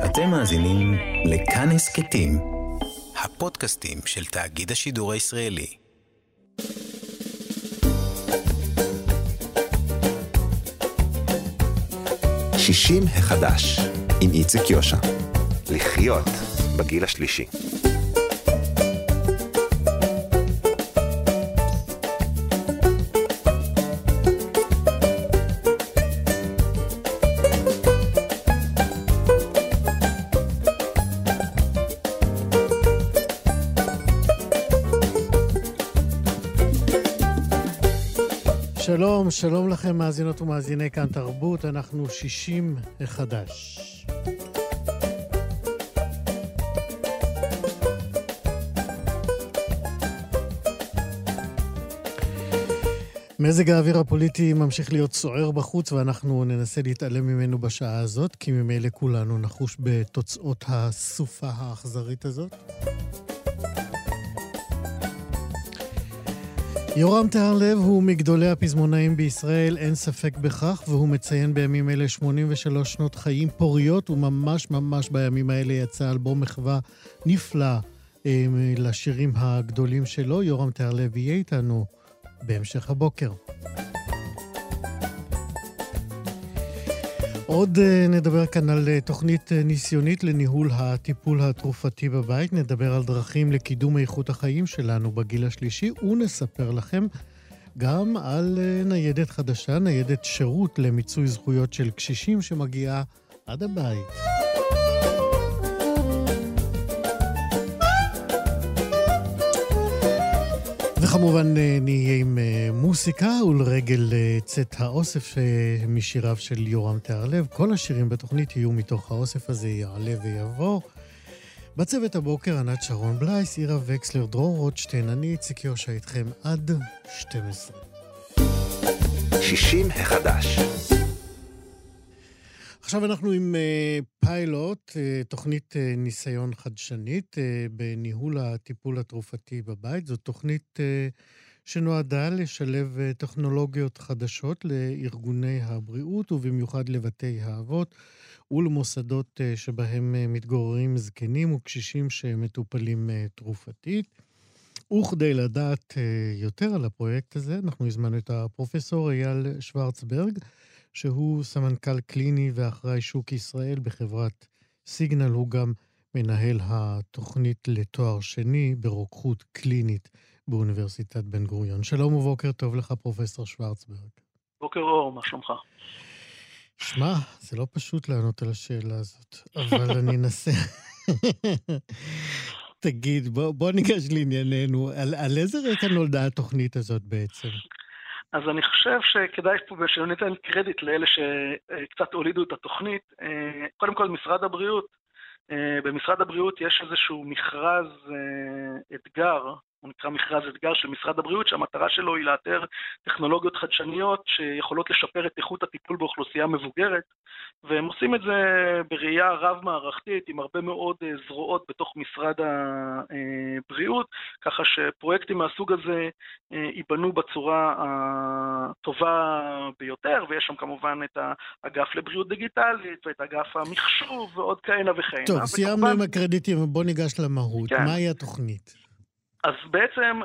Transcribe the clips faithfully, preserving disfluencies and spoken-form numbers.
אתם מאזינים לכאן הסכתים, הפודקאסטים של תאגיד השידור הישראלי. שישים החדש, עם איציק יושע. לחיות בגיל השלישי. שלום, שלום לכם מאזינות ומאזיני כאן תרבות, אנחנו שישים החדש. מזג האוויר הפוליטי ממשיך להיות סוער בחוץ, ואנחנו ננסה להתעלם ממנו בשעה הזאת, כי ממילא כולנו נחוש בתוצאות הסופה האכזרית הזאת. יורם טהרלב הוא מגדולי הפזמונאים בישראל, אין ספק בכך, והוא מציין בימים אלה שמונים ושלוש שנות חיים פוריות, וממש ממש בימים האלה יצא אלבום מחווה נפלא אה, לשירים הגדולים שלו. יורם טהרלב יהיה איתנו בהמשך הבוקר. עוד נדבר כאן על תוכנית ניסיונית לניהול הטיפול התרופתי בבית, נדבר על דרכים לקידום איכות החיים שלנו בגיל השלישי, ונספר לכם גם על ניידת חדשה, ניידת שירות למיצוי זכויות של קשישים שמגיעה עד הבית. וכמובן נהיה עם מוסיקה ולרגל צאת האוסף משיריו של יורם טהרלב. כל השירים בתוכנית יהיו מתוך האוסף הזה, יעלה ויבוא. בצוות הבוקר ענת שרון בלייס, אירה וקסלר, דרור רוטשטיין, אני איציק יושע איתכם עד שתים עשרה. שישים החדש. עכשיו אנחנו עם פיילוט, תוכנית ניסיון חדשנית בניהול הטיפול התרופתי בבית. זו תוכנית שנועדה לשלב טכנולוגיות חדשות לארגוני הבריאות, ובמיוחד לבתי האבות ולמוסדות שבהם מתגוררים זקנים וקשישים שמטופלים תרופתית. וכדי לדעת יותר על הפרויקט הזה, אנחנו הזמנו את הפרופסור אייל שוורצברג, שהוא סמנכ"ל קליני ואחראי שוק ישראל בחברת סיגנל, הוא גם מנהל התוכנית לתואר שני ברוקחות קלינית באוניברסיטת בן גוריון. שלום ובוקר טוב לך פרופסור שוורצברג. בוקר אור, מה שלומך? שמע, זה לא פשוט לענות על השאלה הזאת, אבל אני אנסה. תגיד, בוא, בוא ניגש לענייננו, על, על איזה רקע נולדה התוכנית הזאת בעצם? אז אני חושב שכדאי פה שניתן קרדיט לאלה שקצת הולידו את התוכנית. קודם כל, משרד הבריאות, במשרד הבריאות יש איזשהו מכרז אתגר, הוא נקרא מכרז אתגר של משרד הבריאות, שהמטרה שלו היא לאתר טכנולוגיות חדשניות שיכולות לשפר את איכות הטיפול באוכלוסייה מבוגרת, והם עושים את זה בראייה רב-מערכתית, עם הרבה מאוד זרועות בתוך משרד הבריאות, ככה שפרויקטים מהסוג הזה ייבנו בצורה הטובה ביותר, ויש שם כמובן את האגף לבריאות דיגיטלית, ואת אגף המחשוב, ועוד כהנה וכהנה. טוב, סיימנו וכמובן... עם הקרדיטים, בוא ניגש למהות. כן. מהי התוכנית? אז בעצם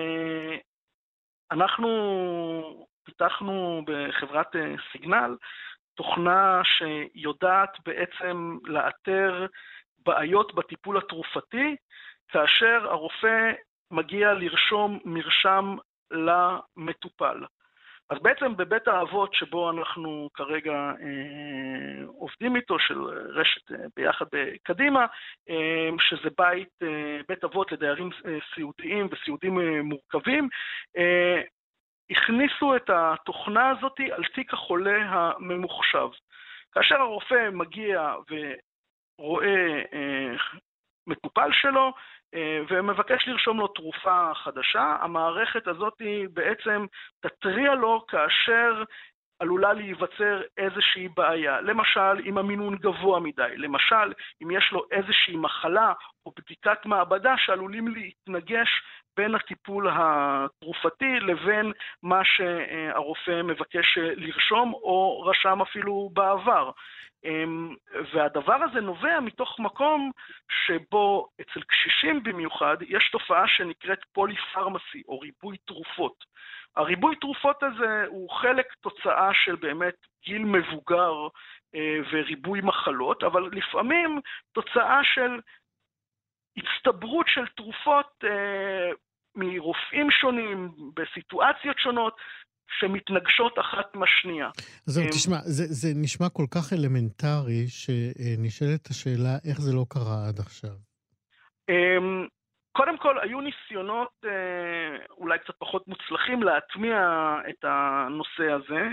אנחנו פיתחנו בחברת סיגנל תוכנה שיודעת בעצם לאתר בעיות בטיפול התרופתי, כאשר הרופא מגיע לרשום מרשם למטופל. אז בעצם בבית האבות שבו אנחנו כרגע אה, עובדים איתו, של רשת אה, ביחד בקדימה, אה, שזה בית, אה, בית אבות לדיירים אה, סיעודיים וסיעודים אה, מורכבים, אה, הכניסו את התוכנה הזאת על תיק החולה הממוחשב. כאשר הרופא מגיע ורואה אה, מטופל שלו, ומבקש לרשום לו תרופה חדשה, המערכת הזאת בעצם תטריע לו כאשר עלולה להיווצר איזושהי בעיה. למשל, אם המינון גבוה מדי, למשל, אם יש לו איזושהי מחלה או בדיקת מעבדה שעלולים להתנגש בין הטיפול התרופתי לבין מה שהרופא מבקש לרשום או רשם אפילו בעבר. והדבר הזה נובע מתוך מקום שבו אצל קשישים במיוחד יש תופעה שנקראת פוליפרמסי או ריבוי תרופות. הריבוי תרופות הזה הוא חלק תוצאה של באמת גיל מבוגר וריבוי מחלות, אבל לפעמים תוצאה של הצטברות של תרופות מרופאים שונים בסיטואציות שונות שמתנגשות אחת מהשנייה. זהו, תשמע, זה, זה נשמע כל כך אלמנטרי שנשאלת השאלה איך זה לא קרה עד עכשיו. קודם כל, היו ניסיונות אולי קצת פחות מוצלחים להטמיע את הנושא הזה.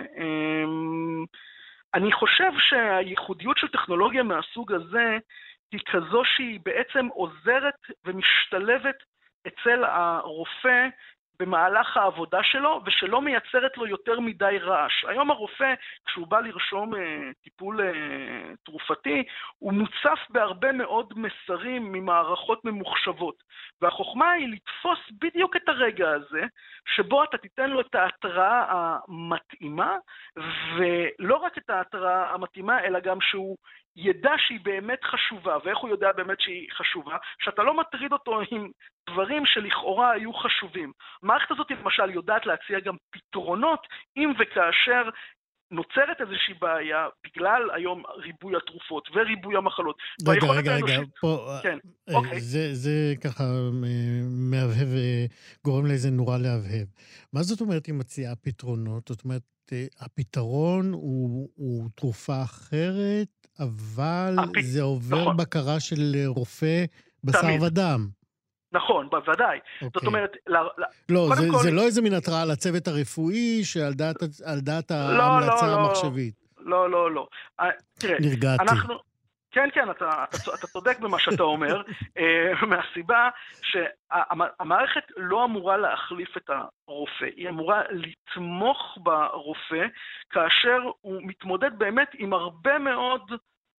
אני חושב שהייחודיות של טכנולוגיה מהסוג הזה היא כזו שהיא בעצם עוזרת ומשתלבת אצל הרופא במהלך העבודה שלו, ושלא מייצרת לו יותר מדי רעש. היום הרופא, כשהוא בא לרשום טיפול תרופתי, הוא מוצף בהרבה מאוד מסרים ממערכות ממוחשבות. והחוכמה היא לתפוס בדיוק את הרגע הזה, שבו אתה תיתן לו את ההתראה המתאימה, ולא רק את ההתראה המתאימה, אלא גם שהוא ידע שהיא באמת חשובה. ואיך הוא יודע באמת שהיא חשובה? שאתה לא מטריד אותו עם דברים שלכאורה היו חשובים. המערכת הזאת למשל יודעת להציע גם פתרונות, אם וכאשר נוצרת איזושהי בעיה, בגלל היום ריבוי התרופות וריבוי המחלות. רגע, רגע, רגע, פה, כן, אוקיי. זה, זה ככה מהבהב, גורם לאיזה נורא להבהב. מה זאת אומרת היא מציעה פתרונות? זאת אומרת, הפתרון הוא, הוא תרופה אחרת, אבל הפ... זה עובר נכון. בקרה של רופא בשר תמיד. ודם. נכון, בוודאי. Okay. זאת אומרת... לא, זה, כל... זה לא איזה מין התראה לצוות הרפואי שעל דעת, על דעת לא, ההמלצה לא, המחשבית. לא, לא, לא. תראה, נרגעתי. אנחנו... כן, כן, אתה, אתה, אתה צודק במה שאתה אומר, מהסיבה שהמערכת לא אמורה להחליף את הרופא, היא אמורה לתמוך ברופא, כאשר הוא מתמודד באמת עם הרבה מאוד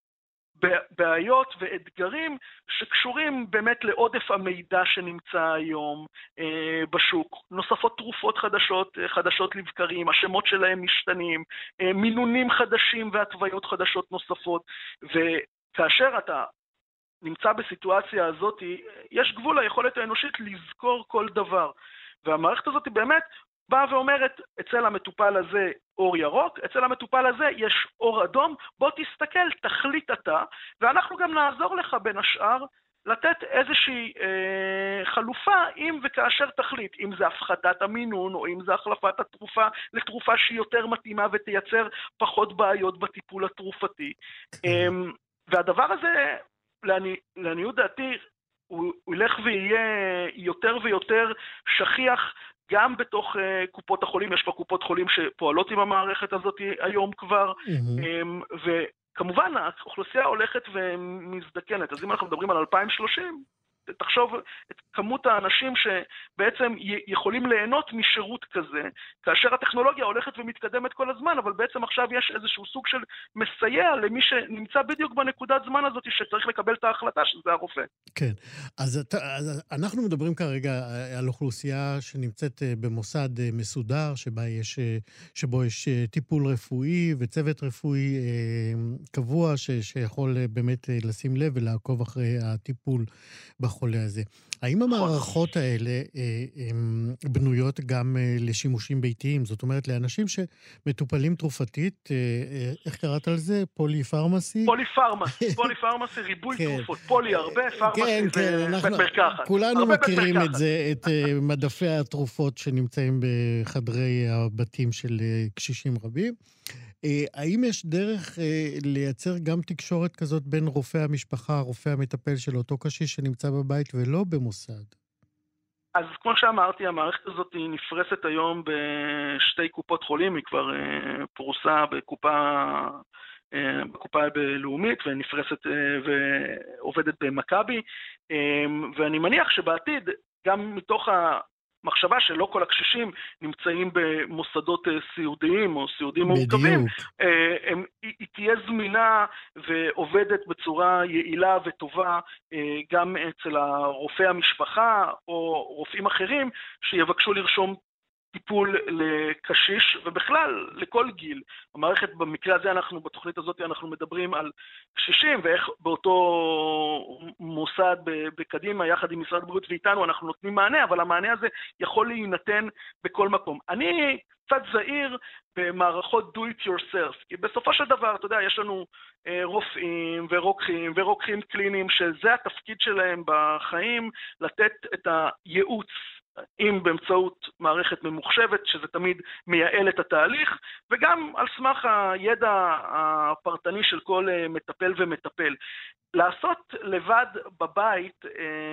בעיות ואתגרים שקשורים באמת לעודף המידע שנמצא היום אה, בשוק. נוספות תרופות חדשות, חדשות לבקרים, השמות שלהם משתנים, אה, מינונים חדשים והתוויות חדשות נוספות, וכאשר אתה נמצא בסיטואציה הזאת, יש גבול ליכולת האנושית לזכור כל דבר. והמערכת הזאת באמת באה ואומרת, אצל המטופל הזה אור ירוק, אצל המטופל הזה יש אור אדום, בוא תסתכל, תחליט אתה, ואנחנו גם נעזור לך בין השאר, לתת איזושהי אה, חלופה, אם וכאשר תחליט, אם זה הפחתת המינון, או אם זה החלפת התרופה לתרופה שהיא יותר מתאימה ותייצר פחות בעיות בטיפול התרופתי. אה, והדבר הזה, לעני, לעניות דעתי, הוא, הוא ילך ויהיה יותר ויותר שכיח, גם בתוך uh, קופות החולים, יש פה קופות חולים שפועלות עם המערכת הזאת היום כבר, mm-hmm. um, וכמובן האוכלוסייה הולכת ומזדקנת, אז אם אנחנו מדברים על אלפיים ושלושים, תחשוב את כמות האנשים שבעצם יכולים ליהנות משירות כזה, כאשר הטכנולוגיה הולכת ומתקדמת כל הזמן, אבל בעצם עכשיו יש איזשהו סוג של מסייע למי שנמצא בדיוק בנקודת זמן הזאת שצריך לקבל את ההחלטה, שזה הרופא. כן, אז, אז אנחנו מדברים כרגע על אוכלוסייה שנמצאת במוסד מסודר, שבה יש, שבו יש טיפול רפואי וצוות רפואי קבוע, ש, שיכול באמת לשים לב ולעקוב אחרי הטיפול בחולה הזה. האם המערכות האלה הן בנויות גם לשימושים ביתיים? זאת אומרת, לאנשים שמטופלים תרופתית, איך קראת על זה? פוליפרמסי? פוליפרמסי, פוליפרמסי, ריבוי תרופות, פולי הרבה, פרמסי זה בית מרקחת. כולנו מכירים את זה, את מדפי התרופות שנמצאים בחדרי הבתים של קשישים רבים. האם יש דרך לייצר גם תקשורת כזאת בין רופא המשפחה, רופא המטפל של אותו קשיש שנמצא בבית ולא במוסד? אז כמו שאמרתי, המערכת הזאת היא נפרסת היום בשתי קופות חולים, היא כבר פרוסה בקופה, בקופה בלאומית ונפרסת ועובדת במכבי, ואני מניח שבעתיד, גם מתוך מחשבה שלא כל הקשישים נמצאים במוסדות סיעודיים או סיעודיים מורכבים, הם, היא, היא תהיה זמינה ועובדת בצורה יעילה וטובה גם אצל הרופאי המשפחה או רופאים אחרים שיבקשו לרשום טיפול לקשיש, ובכלל לכל גיל. המערכת במקרה הזה, אנחנו בתוכנית הזאת אנחנו מדברים על קשישים, ואיך באותו מוסד בקדימה, יחד עם משרד הבריאות ואיתנו, אנחנו נותנים מענה, אבל המענה הזה יכול להינתן בכל מקום. אני קצת זהיר במערכות do it yourself, כי בסופו של דבר, אתה יודע, יש לנו רופאים ורוקחים ורוקחים קליניים, שזה התפקיד שלהם בחיים, לתת את הייעוץ, אם באמצעות מערכת ממוחשבת, שזה תמיד מייעל את התהליך, וגם על סמך הידע הפרטני של כל מטפל ומטפל. לעשות לבד בבית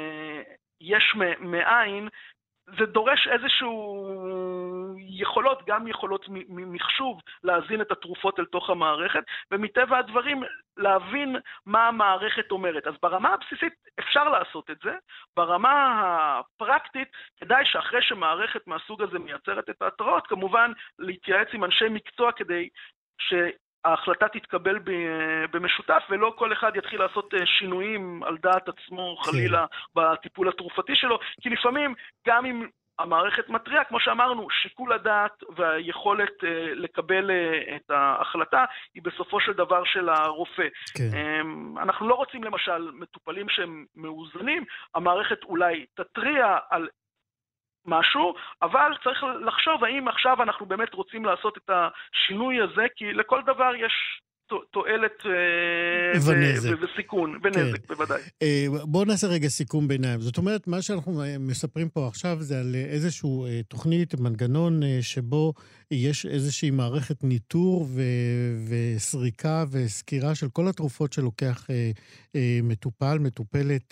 יש מאין, זה דורש איזשהו יכולות, גם יכולות ממחשוב, להזין את התרופות אל תוך המערכת, ומטבע הדברים להבין מה המערכת אומרת. אז ברמה הבסיסית אפשר לעשות את זה, ברמה הפרקטית, כדאי שאחרי שמערכת מהסוג הזה מייצרת את ההתראות, כמובן להתייעץ עם אנשי מקצוע כדי ש... ההחלטה תתקבל במשותף, ולא כל אחד יתחיל לעשות שינויים על דעת עצמו, חלילה, בטיפול התרופתי שלו, כי לפעמים, גם אם המערכת מטריעה, כמו שאמרנו, שיקול הדעת והיכולת לקבל את ההחלטה, היא בסופו של דבר של הרופא. כן. אנחנו לא רוצים למשל מטופלים שהם מאוזנים, המערכת אולי תטריע על משהו, אבל צריך לחשוב האם עכשיו אנחנו באמת רוצים לעשות את השינוי הזה, כי לכל דבר יש תועלת ונזק. וסיכון, ונזק, כן. בוודאי. בואו נעשה רגע סיכום ביניים. זאת אומרת, מה שאנחנו מספרים פה עכשיו זה על איזשהו תוכנית, מנגנון שבו יש איזושהי מערכת ניטור ו- וסריקה וסקירה של כל התרופות שלוקח מטופל, מטופלת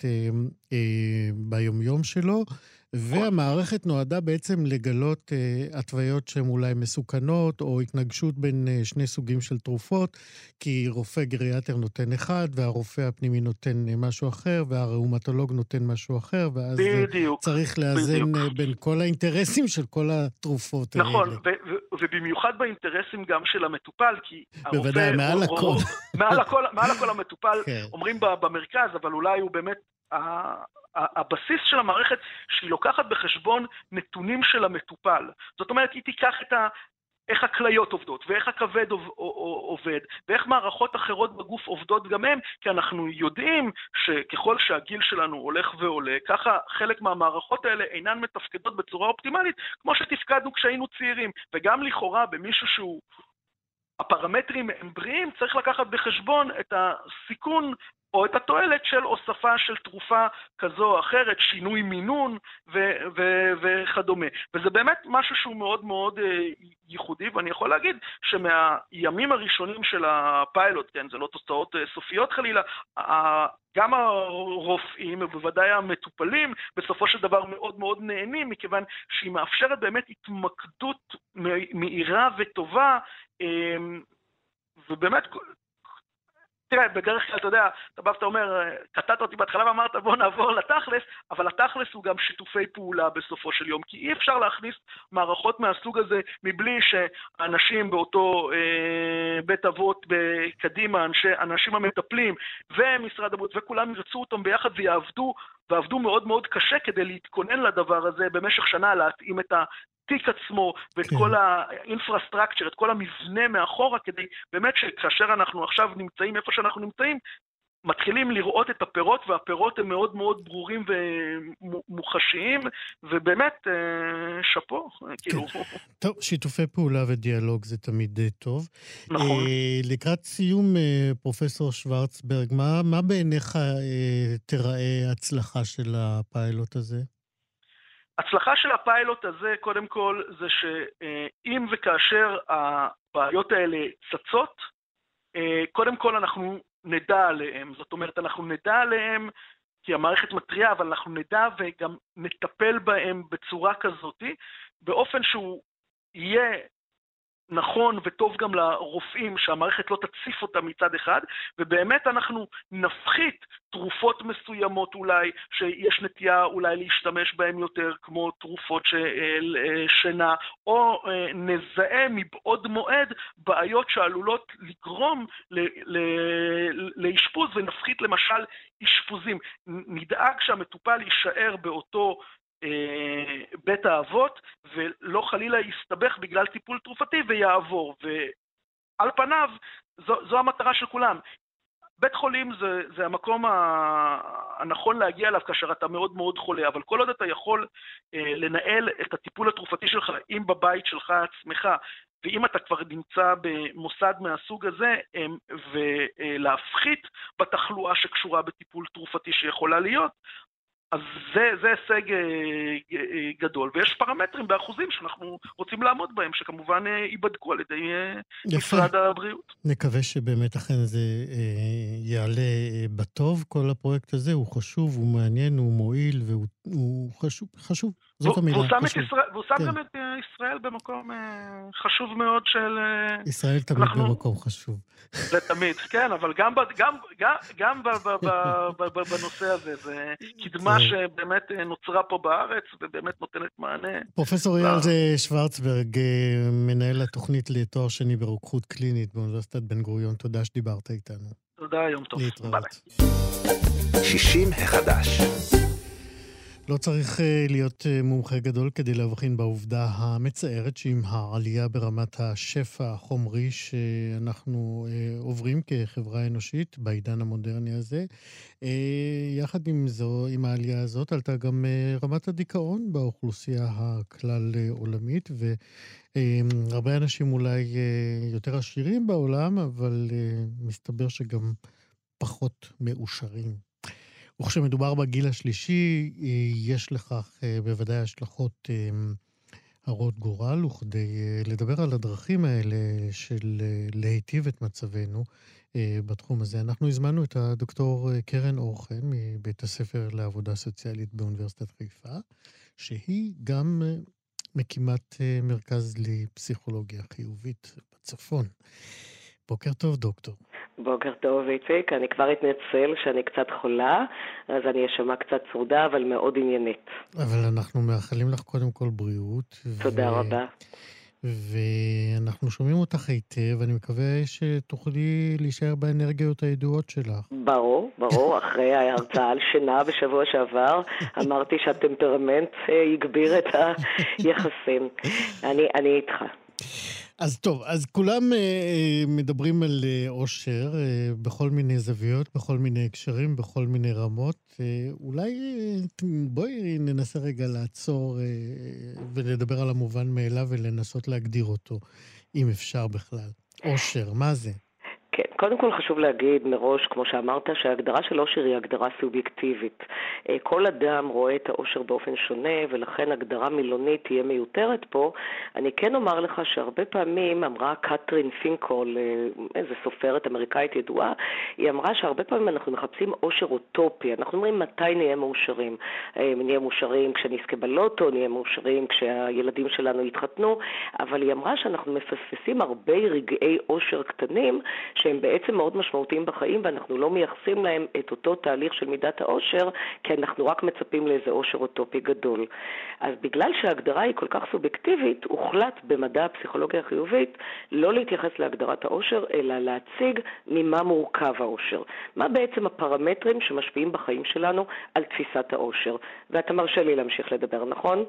ביומיום שלו, והמערכת נועדה בעצם לגלות uh, התוויות שהן אולי מסוכנות, או התנגשות בין uh, שני סוגים של תרופות, כי רופא גריאטר נותן אחד, והרופא הפנימי נותן uh, משהו אחר, והראומטולוג נותן משהו אחר, ואז בדיוק, צריך לאזן בדיוק. בין כל האינטרסים של כל התרופות האלה. נכון, ו- ו- ובמיוחד באינטרסים גם של המטופל, כי בוודאי, הרופא... מעל הכל. או, מעל הכל. מעל הכל המטופל, כן. אומרים במרכז, אבל אולי הוא באמת... הבסיס של המערכת שהיא לוקחת בחשבון נתונים של המטופל. זאת אומרת, היא תיקח את ה... איך הכליות עובדות, ואיך הכבד עובד, ואיך מערכות אחרות בגוף עובדות גם הם, כי אנחנו יודעים שככל שהגיל שלנו הולך ועולה, ככה חלק מהמערכות האלה אינן מתפקדות בצורה אופטימלית, כמו שתפקדנו כשהיינו צעירים, וגם לכאורה במישהו שהוא... הפרמטרים הם בריאים, צריך לקחת בחשבון את הסיכון או את התועלת של הוספה של תרופה כזו או אחרת, שינוי מינון ו- ו- וכדומה. וזה באמת משהו שהוא מאוד מאוד ייחודי, ואני יכול להגיד שמהימים הראשונים של הפיילוט, כן, זה לא תוצאות סופיות חלילה, גם הרופאים ובוודאי המטופלים בסופו של דבר מאוד מאוד נהנים, מכיוון שהיא מאפשרת באמת התמקדות מהירה וטובה, ובאמת... תראה, בדרך כלל, אתה יודע, אתה בא ואתה אומר, קטעת אותי בהתחלה ואמרת, בוא נעבור לתכלס, אבל התכלס הוא גם שיתופי פעולה בסופו של יום, כי אי אפשר להכניס מערכות מהסוג הזה, מבלי שאנשים באותו אה, בית אבות בקדימה, אנשי, אנשים המטפלים ומשרד הבריאות וכולם ירצו אותם ביחד ויעבדו, ועבדו מאוד מאוד קשה כדי להתכונן לדבר הזה במשך שנה, להתאים את ה... תיק עצמו, ואת כן. כל האינפרסטרקצ'ר, את כל המבנה מאחורה, כדי באמת שכאשר אנחנו עכשיו נמצאים איפה שאנחנו נמצאים, מתחילים לראות את הפירות, והפירות הם מאוד מאוד ברורים ומוחשיים, ובאמת שפו. כן. כאילו... טוב, שיתופי פעולה ודיאלוג זה תמיד טוב. נכון. לקראת סיום, פרופסור שוורצברג, מה, מה בעיניך תראה הצלחה של הפיילוט הזה? הצלחה של הפיילוט הזה, קודם כל, זה שאם וכאשר הבעיות האלה צצות, קודם כל אנחנו נדע עליהם. זאת אומרת, אנחנו נדע עליהם, כי המערכת מטריעה, אבל אנחנו נדע וגם נטפל בהם בצורה כזאת, באופן שהוא יהיה נכון וטוב גם לרופאים שהמערכת לא תציף אותה מצד אחד, ובאמת אנחנו נפחית תרופות מסוימות אולי, שיש נטייה אולי להשתמש בהן יותר, כמו תרופות של שינה, או נזהה מבעוד מועד בעיות שעלולות לגרום לאשפוז, ונפחית למשל אשפוזים. נדאג שהמטופל יישאר באותו בית האבות, ולא חלילה יסתבך בגלל טיפול תרופתי ויעבור. ועל פניו, זו, זו המטרה של כולם. בית חולים זה, זה המקום הנכון להגיע אליו כאשר אתה מאוד מאוד חולה, אבל כל עוד אתה יכול אה, לנהל את הטיפול התרופתי שלך, אם בבית שלך עצמך, ואם אתה כבר נמצא במוסד מהסוג הזה, אה, ולהפחית בתחלואה שקשורה בטיפול תרופתי שיכולה להיות, אז זה, זה הישג גדול, ויש פרמטרים באחוזים שאנחנו רוצים לעמוד בהם, שכמובן ייבדקו על ידי משרד הבריאות. נקווה שבאמת אכן זה יעלה בטוב, כל הפרויקט הזה הוא חשוב, הוא מעניין, הוא מועיל, והוא חשוב, חשוב. זאת המילה, חשוב. והוא שם גם את ישראל במקום חשוב מאוד של... ישראל תמיד במקום חשוב. זה תמיד, כן, אבל גם בנושא הזה, זה קדמה שבאמת נוצרה פה בארץ, ובאמת נותנת מענה. פרופסור אייל שוורצברג, מנהל התוכנית לתואר שני ברוקחות קלינית באוניברסיטת בן גוריון, תודה שדיברת איתנו. תודה, יום טוב. להתראות. שישים החדש. לא צריך להיות מומחה גדול כדי להבחין בעובדה המצערת שעם העלייה ברמת השפע החומרי שאנחנו עוברים כחברה אנושית בעידן המודרני הזה. יחד עם זו, עם העלייה הזאת, עלתה גם רמת הדיכאון באוכלוסייה הכלל עולמית, והרבה אנשים אולי יותר עשירים בעולם, אבל מסתבר שגם פחות מאושרים. וכשמדובר בגיל השלישי, יש לכך בוודאי השלכות הרות גורל, וכדי לדבר על הדרכים האלה של להיטיב את מצבנו בתחום הזה, אנחנו הזמנו את הדוקטור קרן אורחן מבית הספר לעבודה סוציאלית באוניברסיטת חיפה, שהיא גם מקימת מרכז לפסיכולוגיה חיובית בצפון. בוקר טוב, דוקטור. בוקר טוב, איציק. אני כבר אתנצל שאני קצת חולה, אז אני אשמע קצת צרודה, אבל מאוד עניינית. אבל אנחנו מאחלים לך קודם כל בריאות. תודה ו... רבה. ואנחנו שומעים אותך היטב, ואני מקווה שתוכלי להישאר באנרגיות הידועות שלך. ברור, ברור. אחרי ההרצאה על שינה בשבוע שעבר, אמרתי שהטמפרמנט יגביר את היחסים. אני, אני איתך. אז טוב, אז כולם אה, מדברים על אה, אושר אה, בכל מיני זוויות, בכל מיני הקשרים, בכל מיני רמות. אה, אולי אה, בואי ננסה רגע לעצור אה, ולדבר על המובן מאליו ולנסות להגדיר אותו, אם אפשר בכלל. אושר, מה זה? כן, קודם כל חשוב להגיד מראש, כמו שאמרת, שההגדרה של אושר היא הגדרה סובייקטיבית. כל אדם רואה את האושר באופן שונה, ולכן הגדרה מילונית תהיה מיותרת פה. אני כן אומר לך שהרבה פעמים אמרה קטרין פינקול, איזו סופרת אמריקאית ידועה, היא אמרה שהרבה פעמים אנחנו מחפשים אושר אוטופי. אנחנו אומרים מתי נהיה מאושרים. נהיה מאושרים כשנזכה בלוטו, נהיה מאושרים כשהילדים שלנו יתחתנו, אבל היא אמרה שאנחנו מפספסים הרבה רגעי אושר קטנים, שהם בעצם מאוד משמעותיים בחיים, ואנחנו לא מייחסים להם את אותו תהליך של מידת האושר, כי אנחנו רק מצפים לאיזה אושר אוטופי גדול. אז בגלל שההגדרה היא כל כך סובייקטיבית, הוחלט במדע הפסיכולוגיה החיובית לא להתייחס להגדרת האושר, אלא להציג ממה מורכב האושר. מה בעצם הפרמטרים שמשפיעים בחיים שלנו על תפיסת האושר. ואתה מרשה לי להמשיך לדבר, נכון?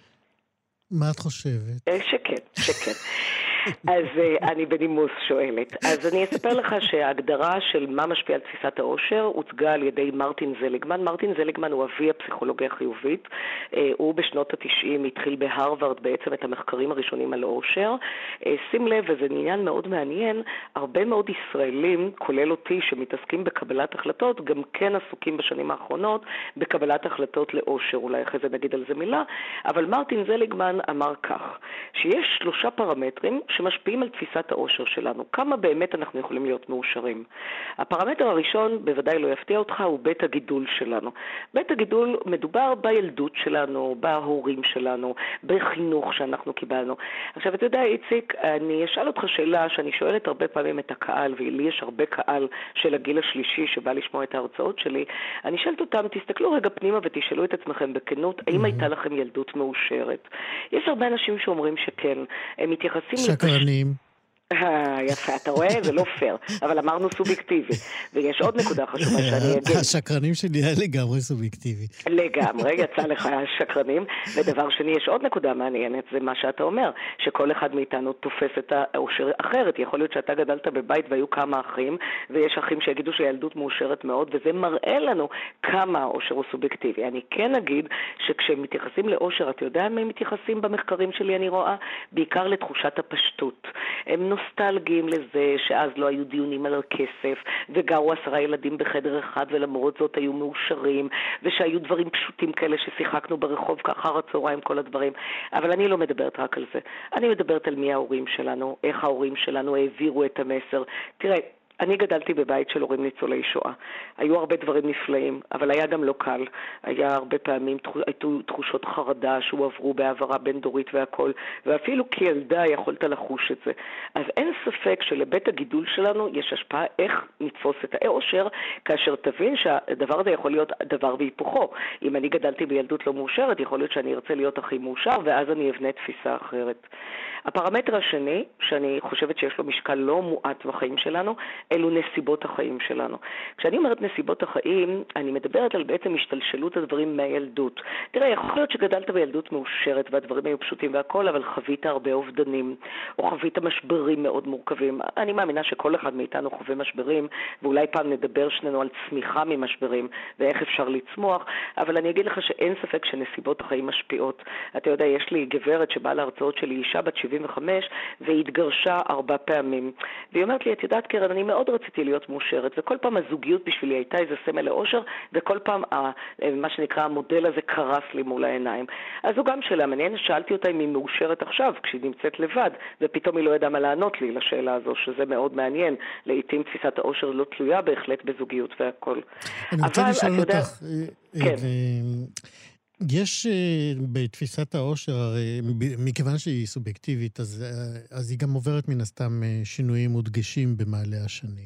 מה את חושבת? שכן, שכן. אז אני בנימוס שואלת. אז אני אספר לך שההגדרה של מה משפיע על תפיסת האושר הוצגה על ידי מרטין זליגמן. מרטין זליגמן הוא אבי הפסיכולוגיה החיובית. הוא בשנות ה-תשעים התחיל בהרווארד בעצם את המחקרים הראשונים על האושר. שים לב, וזה עניין מאוד מעניין, הרבה מאוד ישראלים, כולל אותי, שמתעסקים בקבלת החלטות, גם כן עסוקים בשנים האחרונות בקבלת החלטות לאושר. אולי אחרי זה נגיד על זה מילה. אבל מרטין זליגמן אמר כך, שיש שלושה פרמטרים שמשפיעים על תפיסת האושר שלנו. כמה באמת אנחנו יכולים להיות מאושרים. הפרמטר הראשון, בוודאי לא יפתיע אותך, הוא בית הגידול שלנו. בית הגידול מדובר בילדות שלנו, בהורים שלנו, בחינוך שאנחנו קיבלנו. עכשיו, אתה יודע, איציק, אני אשאל אותך שאלה שאני שואלת הרבה פעמים את הקהל, ולי יש הרבה קהל של הגיל השלישי שבא לשמוע את ההרצאות שלי. אני שואלת אותם, תסתכלו רגע פנימה ותשאלו את עצמכם בכנות, האם הייתה לכם ילדות מאושרת? יש הרבה אנשים שאומרים שכן. הם מתייחסים... שקרנים. יפה, אתה רואה? זה לא פייר, אבל אמרנו סובייקטיבי. ויש עוד נקודה חשובה שאני אגיד. השקרנים שלי היה לגמרי סובייקטיבי. לגמרי, יצא לך השקרנים. ודבר שני, יש עוד נקודה מעניינת, זה מה שאתה אומר, שכל אחד מאיתנו תופס את האושר אחרת. יכול להיות שאתה גדלת בבית והיו כמה אחים, ויש אחים שיגידו שהילדות מאושרת מאוד, וזה מראה לנו כמה האושר הוא סובייקטיבי. אני כן אגיד שכשהם מתייחסים לאושר, אתה יודע מה הם מתייחסים במחקרים שלי, אני רואה? בעיקר לתחושת הפשטות. הם נוסטלגיים לזה שאז לא היו דיונים על הכסף, וגרו עשרה ילדים בחדר אחד, ולמרות זאת היו מאושרים, ושהיו דברים פשוטים כאלה ששיחקנו ברחוב כאחר הצהריים, כל הדברים. אבל אני לא מדברת רק על זה. אני מדברת על מי ההורים שלנו, איך ההורים שלנו העבירו את המסר. תראה, אני גדלתי בבית של הורים ניצולי שואה. היו הרבה דברים נפלאים, אבל היה גם לא קל. היה הרבה פעמים היו תחושות חרדה שהועברו בעברה בין דורית והכל, ואפילו כילדה יכולת לחוש את זה. אז אין ספק שלבית הגידול שלנו יש השפעה איך נתפוס את האושר, כאשר תבין שהדבר הזה יכול להיות דבר והיפוכו. אם אני גדלתי בילדות לא מאושרת, יכול להיות שאני ארצה להיות הכי מאושר, ואז אני אבנה תפיסה אחרת. הפרמטר השני, שאני חושבת שיש לו משקל לא מועט בחיים שלנו, אלו נסיבות החיים שלנו. כשאני אומרת נסיבות החיים, אני מדברת על בעצם השתלשלות הדברים מהילדות. תראה, יכול להיות שגדלת בילדות מאושרת והדברים היו פשוטים והכל, אבל חווית הרבה אובדנים, או חווית משברים מאוד מורכבים. אני מאמינה שכל אחד מאיתנו חווה משברים, ואולי פעם נדבר שנינו על צמיחה ממשברים, ואיך אפשר לצמוח, אבל אני אגיד לך שאין ספק שנסיבות החיים משפיעות. אתה יודע, יש לי גברת שבאה להרצאות שלי, אישה בת שבעים וחמש, והיא התגרשה ארבע פעמים. והיא אומרת לי, את יודעת קרן, אני מאוד רציתי להיות מאושרת, וכל פעם הזוגיות בשבילי הייתה איזה סמל לאושר, וכל פעם מה שנקרא המודל הזה קרס לי מול העיניים. אז זו גם שאלה מעניינת, שאלתי אותה אם היא מאושרת עכשיו, כשהיא נמצאת לבד, ופתאום היא לא ידעה מה לענות לי לשאלה הזו, שזה מאוד מעניין. לעתים תפיסת האושר לא תלויה בהחלט בזוגיות והכל. אני רוצה לשאול אותך, כן. יש בתפיסת האושר, מכיוון שהיא סובייקטיבית, אז, אז היא גם עוברת מן הסתם שינויים מודגשים במעלה השנים.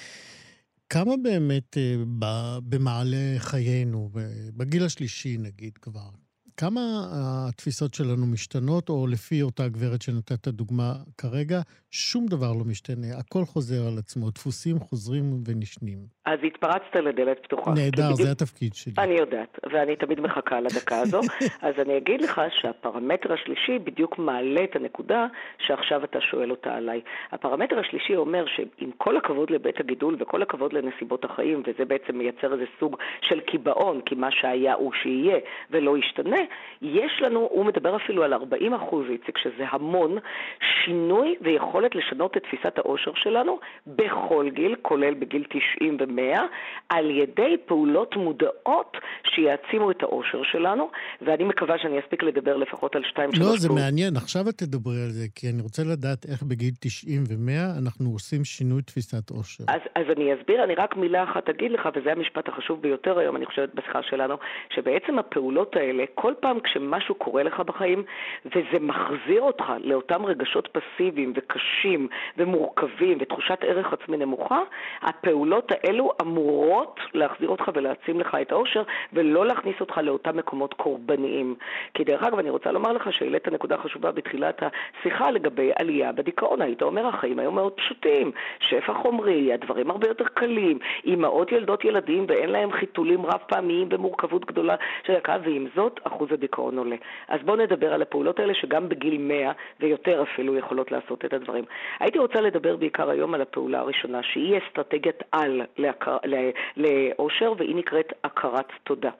כמה באמת במעלה חיינו, בגיל השלישי נגיד כבר, כמה התפיסות שלנו משתנות, או לפי אותה גברת שנתת הדוגמה כרגע, שום דבר לא משתנה, הכל חוזר על עצמו, דפוסים חוזרים ונשנים. אז התפרצת לדלת פתוחה. נהדר, זה התפקיד שלי. אני יודעת, ואני תמיד מחכה לדקה הזו. אז אני אגיד לך שהפרמטר השלישי בדיוק מעלה את הנקודה שעכשיו אתה שואל אותה עליי. הפרמטר השלישי אומר שעם כל הכבוד לבית הגידול וכל הכבוד לנסיבות החיים, וזה בעצם מייצר איזה סוג של קיבעון, כי מה שהיה הוא שיהיה ולא ישתנה, יש לנו, הוא מדבר אפילו על ארבעים אחוז, איציק, שזה המון, שינוי ויכולת לשנות את תפיסת האושר שלנו בכל גיל, כולל בגיל תשעים ומאה, על ידי פעולות מודעות שיעצימו את האושר שלנו, ואני מקווה שאני אספיק לדבר לפחות על שתיים שלוש. לא, זה מעניין, עכשיו את תדברי על זה, כי אני רוצה לדעת איך בגיל תשעים ומאה אנחנו עושים שינוי תפיסת אושר. אז, אז אני אסביר, אני רק מילה אחת אגיד לך, וזה המשפט החשוב ביותר היום, אני חושבת בשיחה שלנו, שבעצם הפעולות האלה, כל פעם כשמשהו קורה לך בחיים, וזה מחזיר אותך לאותם רגשות פסיביים וקשים ומורכבים ותחושת ערך עצמי נמוכה, הפעולות האלו אמורות להחזיר אותך ולהעצים לך את האושר, ולא להכניס אותך לאותם מקומות קורבניים. כי דרך אגב, אני רוצה לומר לך שהעלית נקודה חשובה בתחילת השיחה לגבי עלייה בדיכאון. היית אומר, החיים היו מאוד פשוטים, שפע חומרי, הדברים הרבה יותר קלים, אמהות ילדות ילדים ואין להם חיתולים רב פעמיים ומורכבות גדולה של הקו, ועם זאת אחוז הדיכאון עולה. אז בואו נדבר על הפעולות האלה שגם בגיל מאה ויותר אפילו יכולות לעשות את הדברים. הייתי רוצה לדבר בעיקר היום על הפעולה הראשונה, שהיא אסטרטגיית על לאושר, והיא נקראת הכרת תודה.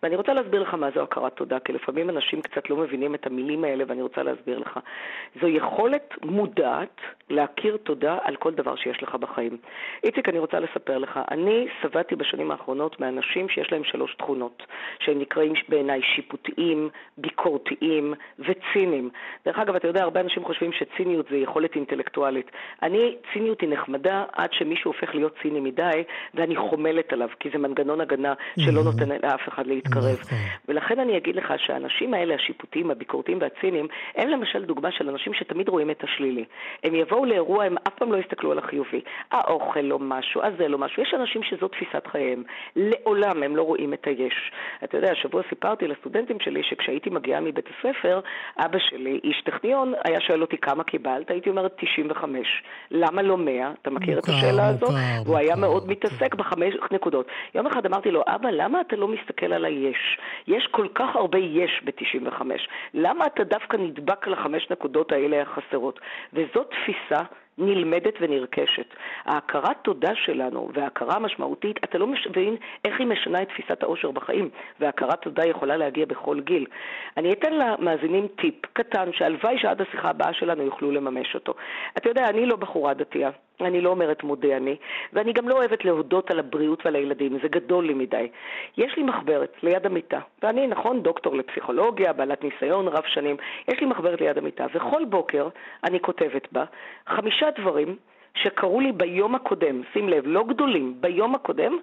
ואני רוצה להסביר לך מה זו הכרת תודה, כי לפעמים אנשים קצת לא מבינים את המילים האלה, ואני רוצה להסביר לך. זו יכולת מודעת להכיר תודה על כל דבר שיש לך בחיים. איציק, אני רוצה לספר לך, אני סבתי בשנים האחרונות מאנשים שיש להם שלוש תכונות, שהם נקראים בעיניי שיפוטיים, ביקורתיים וציניים. דרך אגב, אתה יודע, הרבה אנשים חושבים שציניות זה יכולת אינטלקטואלית. אני, ציניות היא נחמדה עד שמישהו הופך להיות ציני מדי, ואני חומלת עליו, כי זה מנגנון הגנה שלא נותן לאף אחד להתקרב. ולכן אני אגיד לך שהאנשים האלה, השיפוטיים, הביקורתיים והציניים, הם למשל דוגמה של אנשים שתמיד רואים את השלילי. הם יבואו לאירוע, הם אף פעם לא יסתכלו על החיובי. האוכל לא משהו, אז זה לא משהו. יש אנשים שזו תפיסת חייהם. לעולם הם לא רואים את היש. אתה יודע, השבוע סיפרתי לסטודנטים שלי שכשהייתי מגיעה מבית הספר, אבא שלי, איש טכניון, היה שואל אותי כמה קיבלת, הייתי אומרת תשעים וחמש. למה לא מאה? אתה מכיר את השאלה הזו? הוא היה מאוד מתעסק בחמש נקודות. יום אחד אמרתי לו, אבא, למה אתה לא מסתכל על היש? יש כל כך הרבה יש ב-תשעים וחמש. למה אתה דווקא נדבק לחמש נקודות האלה החסרות? וזאת תפיסה נלמדת ונרכשת. ההכרת תודה שלנו וההכרה המשמעותית, אתה לא מבין איך היא משנה את תפיסת האושר בחיים, וההכרת תודה יכולה להגיע בכל גיל. אני אתן למאזינים טיפ קטן, שהלוואי שעד השיחה הבאה שלנו יוכלו לממש אותו. אתה יודע, אני לא בחורה דתייה, אני לא אומרת מודה אני, ואני גם לא אוהבת להודות על הבריאות ועל הילדים, זה גדול לי מדי. יש לי מחברת ליד המיטה, ואני, נכון, דוקטור לפסיכולוגיה, בעלת ניסיון רב שנים, יש לי מחברת ליד המיטה, וכל בוקר אני כותבת בה חמישה דברים שקראו לי ביום הקודם, שים לב, לא גדולים, ביום הקודם,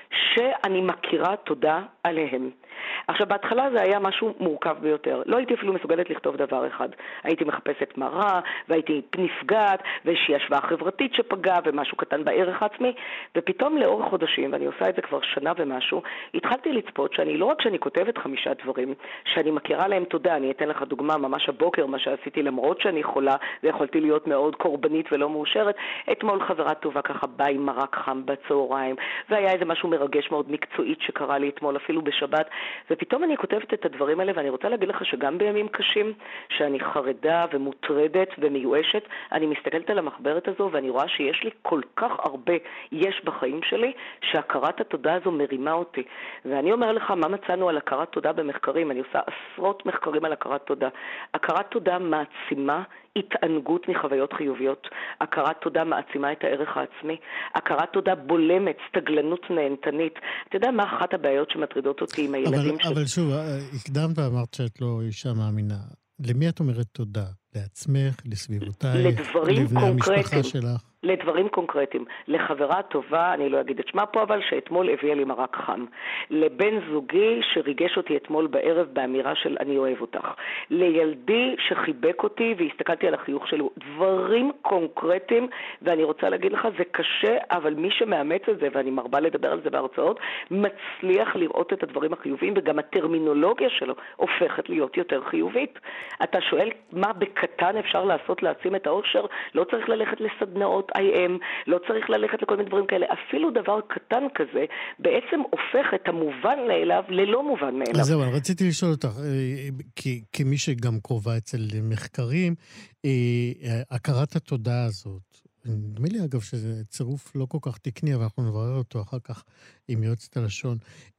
שאני מכירה תודה עליהם. עכשיו, בהתחלה זה היה משהו מורכב ביותר. לא הייתי אפילו מסוגלת לכתוב דבר אחד. הייתי מחפשת מראה, והייתי נפגעת, ואיזושהי השוואה חברתית שפגעה, ומשהו קטן בערך עצמי, ופתאום לאורך חודשים, ואני עושה את זה כבר שנה ומשהו, התחלתי לצפות שאני, לא רק שאני כותבת חמישה דברים, שאני מכירה להם תודה. אני אתן לך דוגמה, ממש הבוקר, מה שעשיתי למרות שאני חולה, ויכולתי להיות מאוד קורבנית ולא מאושרת. אתמול חברה טובה ככה באה עם מרק חם בצהריים, והיה איזה משהו מרגש מאוד מקצועית שקרה לי אתמול, אפילו בשבת, ופתאום אני כותבת את הדברים האלה, ואני רוצה להגיד לך שגם בימים קשים, שאני חרדה ומוטרדת ומיואשת, אני מסתכלת על המחברת הזו, ואני רואה שיש לי כל כך הרבה יש בחיים שלי, שהכרת התודה הזו מרימה אותי. ואני אומר לך, מה מצאנו על הכרת תודה במחקרים? אני עושה עשרות מחקרים על הכרת תודה. הכרת תודה מעצימה התענגות מחוויות חיוביות. הכרת תודה מעצימה את הערך העצמי. הכרת תודה בולמת, סתגלנות נהנתנית. אתה יודע מה אחת הבעיות שמטרידות אותי עם הילדים אבל, ש... אבל שוב, הקדמת ואמרת שאת לא אישה מאמינה. למי את אומרת תודה? לעצמך, לסביבותייך, לבני המשפחה שלך? לדברים קונקרטיים. לחברה טובה, אני לא אגיד את שמה פה, אבל שאתמול הביאה לי מרק חם. לבן זוגי שריגש אותי אתמול בערב באמירה של אני אוהב אותך. לילדי שחיבק אותי והסתכלתי על החיוך שלו. דברים קונקרטיים, ואני רוצה להגיד לך, זה קשה, אבל מי שמאמץ את זה, ואני מרבה לדבר על זה בהרצאות, מצליח לראות את הדברים החיוביים, וגם הטרמינולוגיה שלו הופכת להיות יותר חיובית. אתה שואל מה בקטן אפשר לעשות להעצים את האושר? לא צריך ללכת לסדנאות איי אם, לא צריך ללכת לכל מיני דברים כאלה. אפילו דבר קטן כזה בעצם הופך את המובן מאליו ללא מובן מאליו. אז זהו, רציתי לשאול אותך, כמי שגם קרובה אצל מחקרים, הכרת התודה הזאת, נדמה לי אגב שזה צירוף לא כל כך תקני, אבל אנחנו נברר אותו אחר כך עם יועצת הלשון.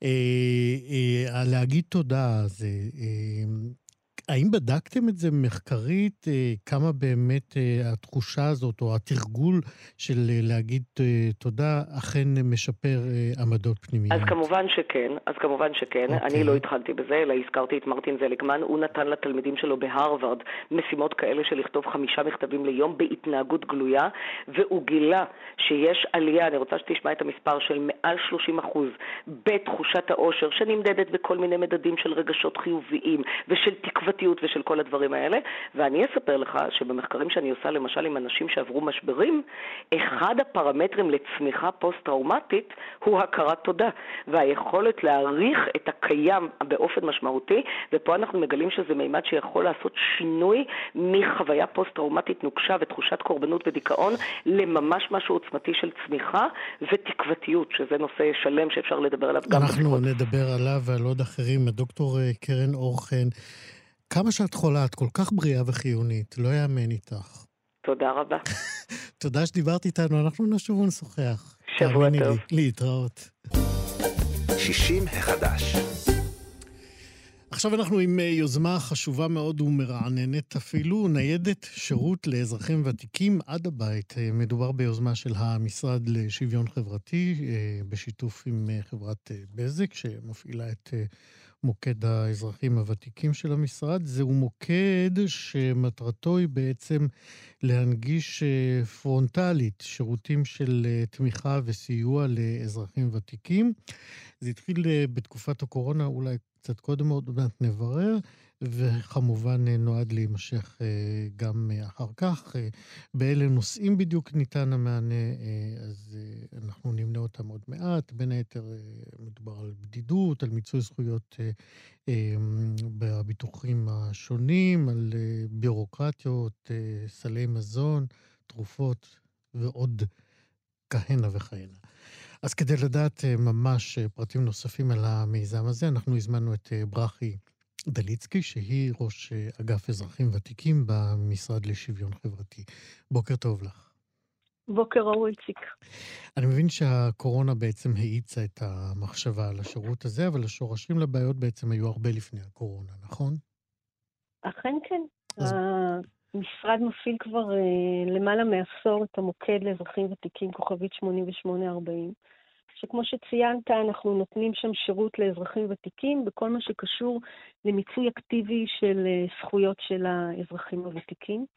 להגיד תודה, זה... האם בדקתם את זה מחקרית, כמה באמת התחושה הזאת, או התרגול של להגיד תודה, אכן משפר עמדות פנימיות? אז כמובן שכן, אז כמובן שכן. Okay. אני לא התחלתי בזה, אלא הזכרתי את מרטין זליגמן, הוא נתן לתלמידים שלו בהרווארד משימות כאלה של לכתוב חמישה מכתבים ליום בהתנהגות גלויה, והוא גילה שיש עלייה, אני רוצה שתשמע את המספר של מעל שלושים אחוז, בתחושת האושר, שנמדדת בכל מיני מדדים של רגשות חיוביים, ושל תקווה ושל כל הדברים האלה, ואני אספר לך שבמחקרים שאני עושה למשל עם אנשים שעברו משברים, אחד הפרמטרים לצמיחה פוסט-טראומטית הוא הכרת תודה, והיכולת להעריך את הקיים באופן משמעותי, ופה אנחנו מגלים שזה מימד שיכול לעשות שינוי מחוויה פוסט-טראומטית נוקשה ותחושת קורבנות ודיכאון, לממש משהו עוצמתי של צמיחה ותקוותיות, שזה נושא שלם שאפשר לדבר עליו גם. אנחנו נדבר עליו ועל עוד אחרים. הדוקטור קרן אורחן, כמה שאת חולה, את כל כך בריאה וחיונית, לא יאמן איתך. תודה רבה. תודה שדיברת איתנו, אנחנו נשוב ונשוחח. שבוע טוב. לי, להתראות. שישים החדש. ועכשיו אנחנו עם יוזמה חשובה מאוד ומרעננת אפילו, ניידת שירות לאזרחים ותיקים עד הבית. מדובר ביוזמה של המשרד לשוויון חברתי, בשיתוף עם חברת בזק, שמפעילה את מוקד האזרחים הוותיקים של המשרד. זהו מוקד שמטרתו היא בעצם להנגיש פרונטלית שירותים של תמיכה וסיוע לאזרחים ותיקים. זה התחיל בתקופת הקורונה, אולי קצת קודם, עוד מעט נברר, וכמובן נועד להימשך גם אחר כך. באלה נושאים בדיוק ניתן המענה, אז אנחנו נמנה אותם עוד מעט. בין היתר מדובר על בדידות, על מיצוי זכויות בביטוחים השונים, על בירוקרטיות, סלי מזון, תרופות ועוד כהנה וכהנה. אז כדי לדעת ממש פרטים נוספים על המיזם הזה, אנחנו הזמנו את ברכי דליצקי, שהיא ראש אגף אזרחים ותיקים במשרד לשוויון חברתי. בוקר טוב לך. בוקר אור איציק. אני מבין שהקורונה בעצם האיצה את המחשבה על השירות הזה, אבל השורשים לבעיות בעצם היו הרבה לפני הקורונה, נכון? אכן כן. אז... המשרד מפעיל כבר uh, למעלה מעשור את המוקד לאזרחים ותיקים כוכבית שמונים ושמונה ארבעים, שכמו שציינת אנחנו נותנים שם שירות לאזרחים ותיקים בכל מה שקשור למיצוי אקטיבי של uh, זכויות של האזרחים הוותיקים.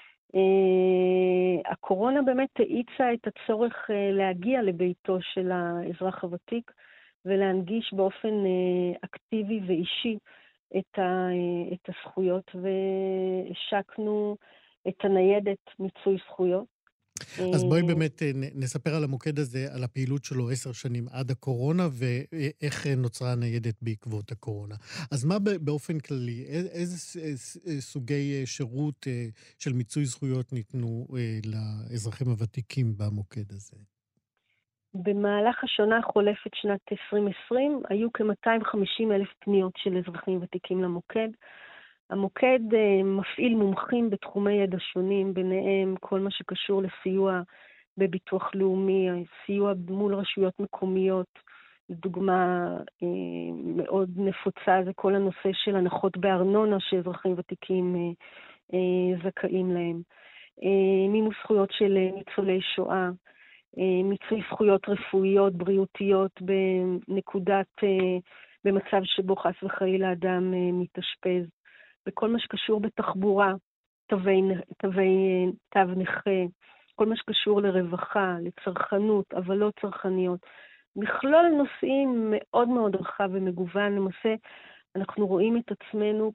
Uh, הקורונה באמת האיצה את הצורך uh, להגיע לביתו של האזרח הוותיק ולהנגיש באופן uh, אקטיבי ואישי את, ה, את הזכויות, והשקנו את הניידת מיצוי זכויות. אז בואי באמת נספר על המוקד הזה, על הפעילות שלו עשר שנים עד הקורונה, ואיך נוצרה הניידת בעקבות הקורונה. אז מה באופן כללי, איזה סוגי שירות של מיצוי זכויות ניתנו לאזרחים הוותיקים במוקד הזה? במהלך השנה החולפת שנת עשרים עשרים, היו כ-מאתיים וחמישים אלף פניות של אזרחים ותיקים למוקד. המוקד מפעיל מומחים בתחומי ידע שונים, ביניהם כל מה שקשור לסיוע בביטוח לאומי, סיוע מול רשויות מקומיות, דוגמה מאוד נפוצה זה כל הנושא של הנחות בארנונה שאזרחים ותיקים זכאים להם, מימוש זכויות של ניצולי שואה, מיצוי זכויות רפואיות, בריאותיות, בנקודת, במצב שבו חס וחלילה אדם מתאשפז, בכל מה שקשור בתחבורה, תווי, תווי, תו נכה, כל מה שקשור לרווחה, לצרכנות, אבל לא צרכניות. מכלול נושאים מאוד מאוד רחב ומגוון. למעשה, אנחנו רואים את עצמנו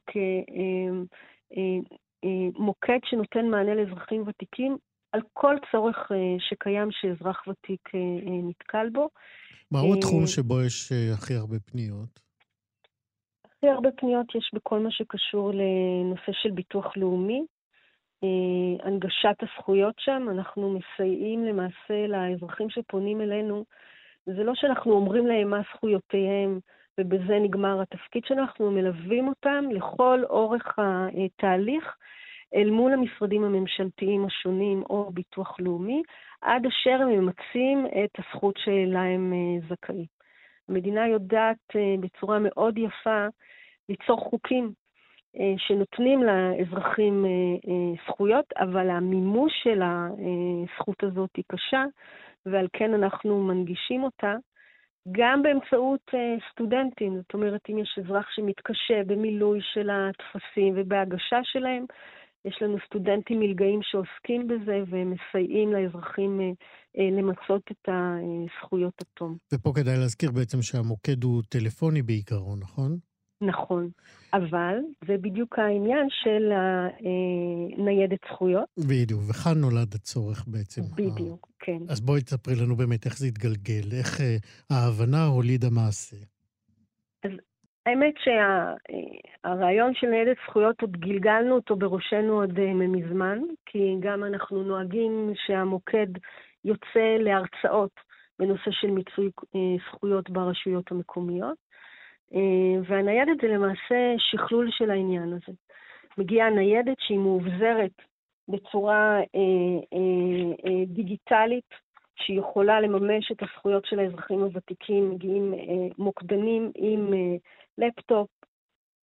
כמוקד שנותן מענה לאזרחים ותיקים, על כל צורך שקיים שאזרח ותיק נתקל בו. מהו התחום שבו יש הכי הרבה פניות? הכי הרבה פניות יש בכל מה שקשור לנושא של ביטוח לאומי, הנגשת הזכויות שם. אנחנו מסייעים למעשה לאזרחים שפונים אלינו. זה לא שאנחנו אומרים להם מה זכויותיהם ובזה נגמר התפקיד שלנו, אנחנו מלווים אותם לכל אורך התהליך, אל מול המשרדים הממשלתיים השונים או ביטוח לאומי, עד אשר הם ממצים את הזכות שלה הם זכאים. המדינה יודעת בצורה מאוד יפה ליצור חוקים שנותנים לאזרחים זכויות, אבל המימוש של הזכות הזאת היא קשה, ועל כן אנחנו מנגישים אותה גם באמצעות סטודנטים. זאת אומרת, אם יש אזרח שמתקשה במילוי של התפסים ובהגשה שלהם, יש לנו סטודנטים מלגאים שעוסקים בזה ומסייעים לאזרחים למצות את הזכויות עד תום. ופה כדאי להזכיר בעצם שהמוקד הוא טלפוני בעיקרון, נכון? נכון, אבל זה בדיוק העניין של ניידת זכויות. בדיוק, וכאן נולד הצורך בעצם. בדיוק, כן. אז בואי תספרי לנו באמת איך זה התגלגל, איך ההבנה הולידה מעשה. אז האמת שהרעיון של ניידת זכויות עוד גלגלנו אותו בראשנו עוד מזמן, כי גם אנחנו נוהגים שהמוקד יוצא להרצאות בנושא של מיצוי זכויות ברשויות המקומיות, והניידת זה למעשה שכלול של העניין הזה. מגיעה ניידת שהיא מאובזרת בצורה דיגיטלית, שהיא יכולה לממש את הזכויות של האזרחים הוותיקים, מגיעים מוקדנים עם לפטופ,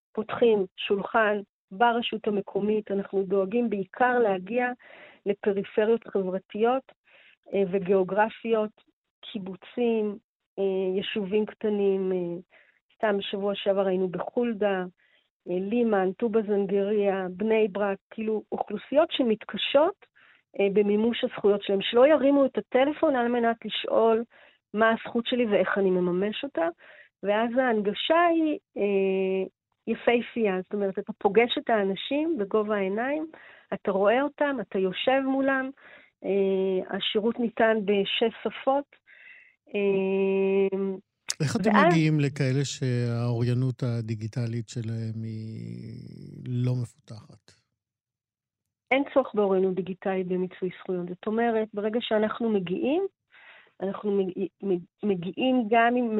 פותחים שולחן ברשות המקומית, אנחנו דואגים בעיקר להגיע לפריפריות חברתיות וגיאוגרפיות, קיבוצים, יישובים קטנים, סתם בשבוע שעבר היינו בחולדה, לימן, טובה זנגריה, בני ברק, כאילו אוכלוסיות שמתקשות במימוש הזכויות שלהם, שלא ירימו את הטלפון על מנת לשאול מה הזכות שלי ואיך אני מממש אותה, ואז ההנגשה היא אה, יפהפייה, זאת אומרת, אתה פוגש את האנשים בגובה העיניים, אתה רואה אותם, אתה יושב מולם, אה, השירות ניתן בשש שפות. אה, איך אתם ואז... מגיעים לכאלה שהאוריינות הדיגיטלית שלהם היא לא מפותחת? אין צורך באוריינות דיגיטלית במיצוי זכויות. זאת אומרת, ברגע שאנחנו מגיעים, אנחנו מגיעים גם עם,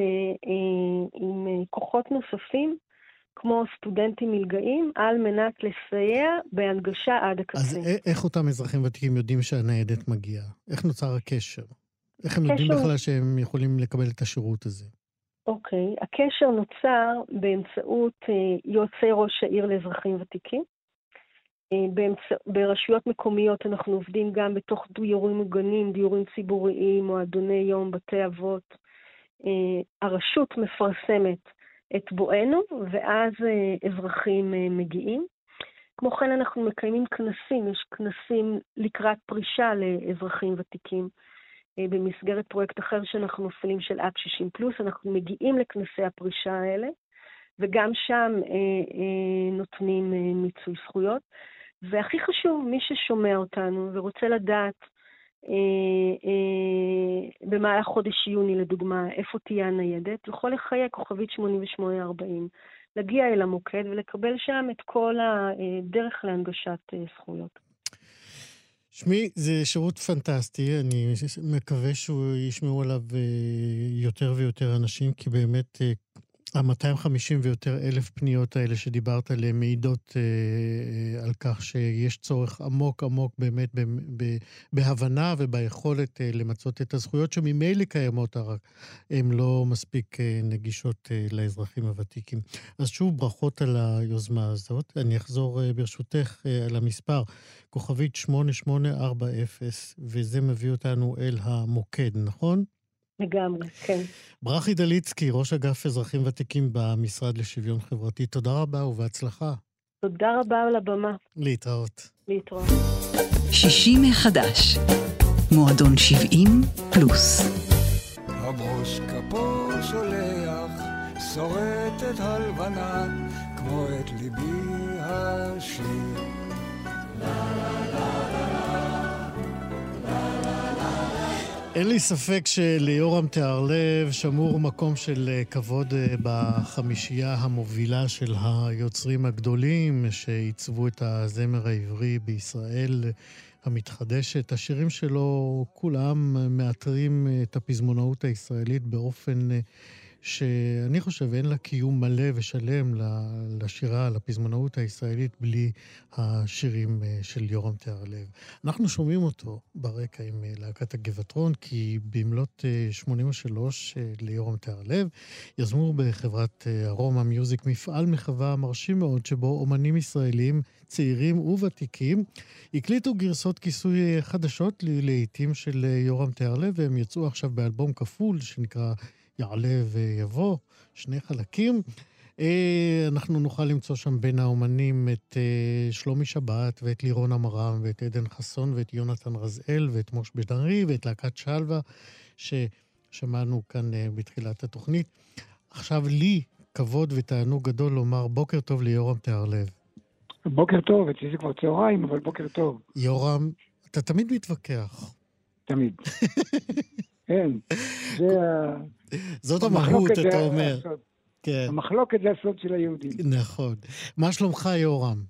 עם כוחות נוספים, כמו סטודנטים מלגאים, על מנת לסייע בהנגשה עד הקצה. אז איך אותם אזרחים ותיקים יודעים שהניידת מגיעה? איך נוצר הקשר? איך הם יודעים בכלל שהם יכולים לקבל את השירות הזה? אוקיי, הקשר נוצר באמצעות יועצי ראש העיר לאזרחים ותיקים. באמצע, ברשויות מקומיות אנחנו עובדים גם בתוך דיורים מוגנים, דיורים ציבוריים, מועדוני יום, בתי אבות. הרשות מפרסמת את בואנו, ואז אזרחים מגיעים. כמו כן אנחנו מקיימים כנסים, יש כנסים לקראת פרישה לאזרחים ותיקים. במסגרת פרויקט אחר שאנחנו מפעילים של אפ שישים פלוס, אנחנו מגיעים לכנסי הפרישה האלה, וגם שם אה, אה, נותנים אה, מיצוי זכויות. והכי חשוב, מי ששומע אותנו ורוצה לדעת אה, אה, במהלך חודש יוני, לדוגמה, איפה תהיה הניידת, יכול לחייג כוכבית שמונים ושמונה ארבעים, להגיע אל המוקד ולקבל שם את כל הדרך להנגשת אה, זכויות. שמי, זה שירות פנטסטי, אני מקווה שהוא ישמעו עליו יותר ויותר אנשים, כי באמת ה-מאתיים וחמישים ויותר אלף פניות האלה שדיברת עליהן מעידות אה, על כך שיש צורך עמוק עמוק באמת ב- ב- בהבנה וביכולת אה, למצות את הזכויות שממילא קיימות, רק הן לא מספיק אה, נגישות אה, לאזרחים הוותיקים. אז שוב ברכות על היוזמה הזאת. אני אחזור אה, ברשותך אה, על המספר, כוכבית שמונה שמונה ארבע אפס, וזה מביא אותנו אל המוקד, נכון? לגמרי, כן. ברכי דליצקי, ראש אגף אזרחים ותיקים במשרד לשוויון חברתי, תודה רבה ובהצלחה. תודה רבה על הבמה. להתראות. להתראות. שישים מחדש, מועדון שבעים פלוס. הברוש כפו שולח, שורט את הלבנה, כמו את ליבי השיר. אין לי ספק שליורם תיארלב שמור מקום של כבוד בחמישייה המובילה של היוצרים הגדולים שעיצבו את הזמר העברי בישראל המתחדשת. השירים שלו כולם מאתרים את הפזמונאות הישראלית באופן שאני חושב אין לה קיום מלא ושלם לשירה, לפזמונאות הישראלית, בלי השירים של יורם תיארלב. אנחנו שומעים אותו ברקע עם להקת הגבעתרון, כי במלאת שמונים ושלוש ליורם תיארלב יזמו בחברת ארומה מיוזיק מפעל מחווה מרשים מאוד, שבו אומנים ישראלים צעירים וותיקים הקליטו גרסות כיסוי חדשות לעיתים של יורם תיארלב, והם יצאו עכשיו באלבום כפול שנקרא יעלה ויבוא, שני חלקים. אנחנו נוכל למצוא שם בין האומנים את שלומי שבת ואת לירון אמרם ואת עדן חסון ואת יונתן רזאל ואת מוש בדרי ואת להקת שלווה ששמענו כאן בתחילת התוכנית. עכשיו לי כבוד ותענוג גדול לומר בוקר טוב ליורם תיארלב. בוקר טוב, אצלי זה כבר צהריים, אבל בוקר טוב. יורם, אתה תמיד מתווכח. תמיד. כן, זה ה... זאת המהות, אתה אומר. כן. המחלוקת זה הסוד של היהודים. נכון. מה שלומך, יורם?